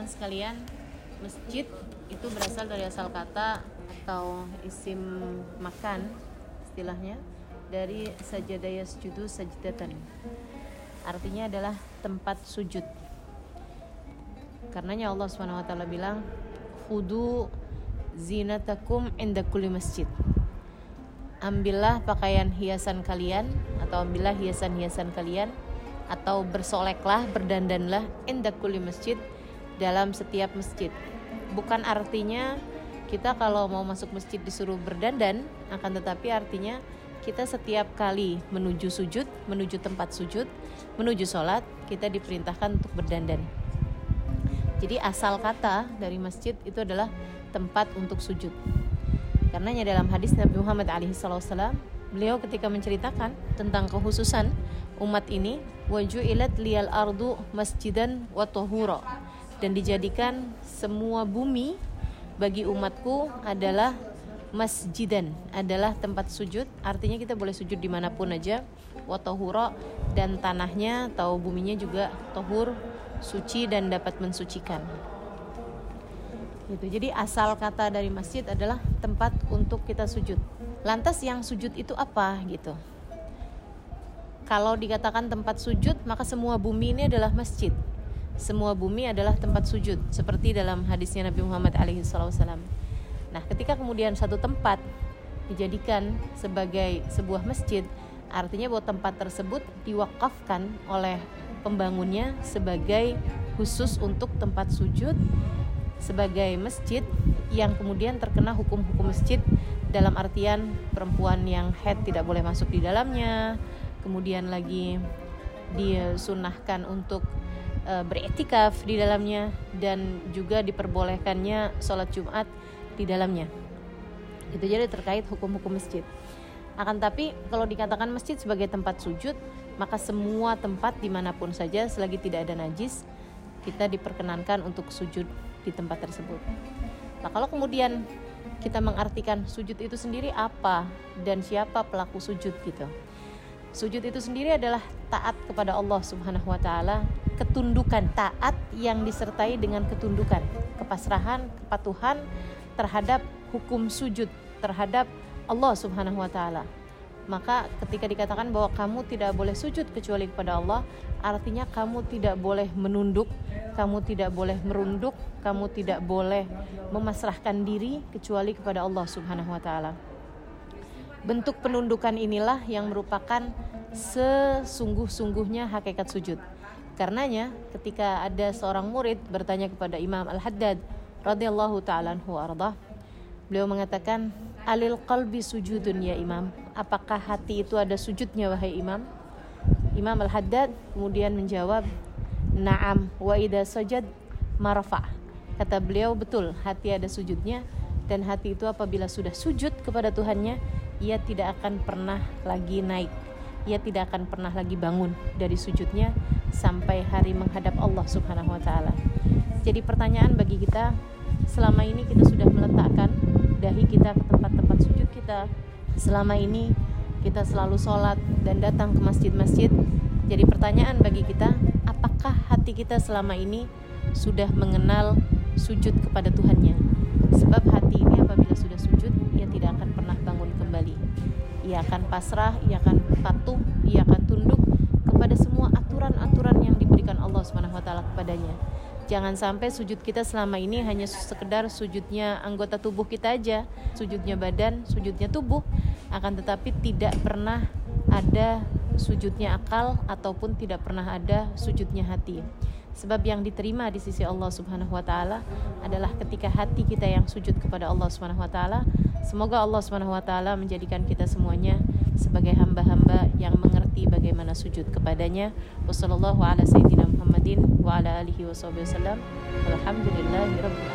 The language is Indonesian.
sekalian, masjid itu berasal dari asal kata atau isim makan istilahnya dari sajada yasjudu sajdatan. Artinya adalah tempat sujud. Karenanya Allah SWT bilang, khudu zinatakum inda kulli masjid. Ambillah pakaian hiasan kalian atau ambillah hiasan-hiasan kalian atau bersoleklah, berdandanlah inda kulli masjid, dalam setiap masjid. Bukan artinya kita kalau mau masuk masjid disuruh berdandan, akan tetapi artinya kita setiap kali menuju sujud, menuju tempat sujud, menuju sholat, kita diperintahkan untuk berdandan. Jadi asal kata dari masjid itu adalah tempat untuk sujud. Karenanya dalam hadis Nabi Muhammad SAW, beliau ketika menceritakan tentang kekhususan umat ini, waju'ilat liyal ardu masjidan wa tahura, dan dijadikan semua bumi bagi umatku adalah masjidan, adalah tempat sujud. Artinya kita boleh sujud dimanapun aja. Wa tahura, dan tanahnya atau buminya juga tahur, suci dan dapat mensucikan. Gitu. Jadi asal kata dari masjid adalah tempat untuk kita sujud. Lantas yang sujud itu apa gitu? Kalau dikatakan tempat sujud, maka semua bumi ini adalah masjid. Semua bumi adalah tempat sujud, seperti dalam hadisnya Nabi Muhammad SAW. Nah, ketika kemudian satu tempat dijadikan sebagai sebuah masjid, artinya bahwa tempat tersebut diwakafkan oleh pembangunnya sebagai khusus untuk tempat sujud, sebagai masjid yang kemudian terkena hukum-hukum masjid, dalam artian perempuan yang haid tidak boleh masuk di dalamnya, kemudian lagi disunahkan untuk beriktikaf di dalamnya, dan juga diperbolehkannya sholat Jumat di dalamnya. Itu jadi terkait hukum-hukum masjid. Akan tapi kalau dikatakan masjid sebagai tempat sujud, maka semua tempat dimanapun saja selagi tidak ada najis, kita diperkenankan untuk sujud di tempat tersebut. Nah, kalau kemudian kita mengartikan sujud itu sendiri apa dan siapa pelaku sujud gitu. Sujud itu sendiri adalah taat kepada Allah Subhanahu wa taala, ketundukan, taat yang disertai dengan ketundukan, kepasrahan, kepatuhan terhadap hukum sujud terhadap Allah Subhanahu wa taala. Maka ketika dikatakan bahwa kamu tidak boleh sujud kecuali kepada Allah, artinya kamu tidak boleh menunduk, kamu tidak boleh merunduk, kamu tidak boleh memasrahkan diri kecuali kepada Allah Subhanahu wa taala. Bentuk penundukan inilah yang merupakan sesungguh-sungguhnya hakikat sujud. Karenanya ketika ada seorang murid bertanya kepada Imam Al-Haddad radhiyallahu ta'ala anhu ardah, beliau mengatakan, alil qalbi sujudun ya Imam, apakah hati itu ada sujudnya wahai Imam? Imam Al-Haddad kemudian menjawab, na'am wa idza sajad marfa. Kata beliau, betul, hati ada sujudnya, dan hati itu apabila sudah sujud kepada Tuhannya, ia tidak akan pernah lagi naik, ia tidak akan pernah lagi bangun dari sujudnya sampai hari menghadap Allah Subhanahu wa taala. Jadi pertanyaan bagi kita, selama ini kita sudah meletakkan dahi kita ke tempat-tempat sujud kita, selama ini kita selalu sholat dan datang ke masjid-masjid. Jadi pertanyaan bagi kita, apakah hati kita selama ini sudah mengenal sujud kepada Tuhannya? Sebab hati ini apabila sudah sujud, ia tidak akan pernah bangun kembali. Ia akan pasrah, ia akan patuh, ia akan tunduk kepada semua aturan-aturan yang diberikan Allah SWT kepadanya. Jangan sampai sujud kita selama ini hanya sekedar sujudnya anggota tubuh kita aja, sujudnya badan, sujudnya tubuh, akan tetapi tidak pernah ada sujudnya akal ataupun tidak pernah ada sujudnya hati. Sebab yang diterima di sisi Allah Subhanahu wa taala adalah ketika hati kita yang sujud kepada Allah Subhanahu wa taala. Semoga Allah Subhanahu wa taala menjadikan kita semuanya sebagai hamba-hamba yang mengerti bagaimana sujud kepadanya. Wassallallahu ala sayyidina Muhammadin wa ala alihi wasallam. Alhamdulillahirabbil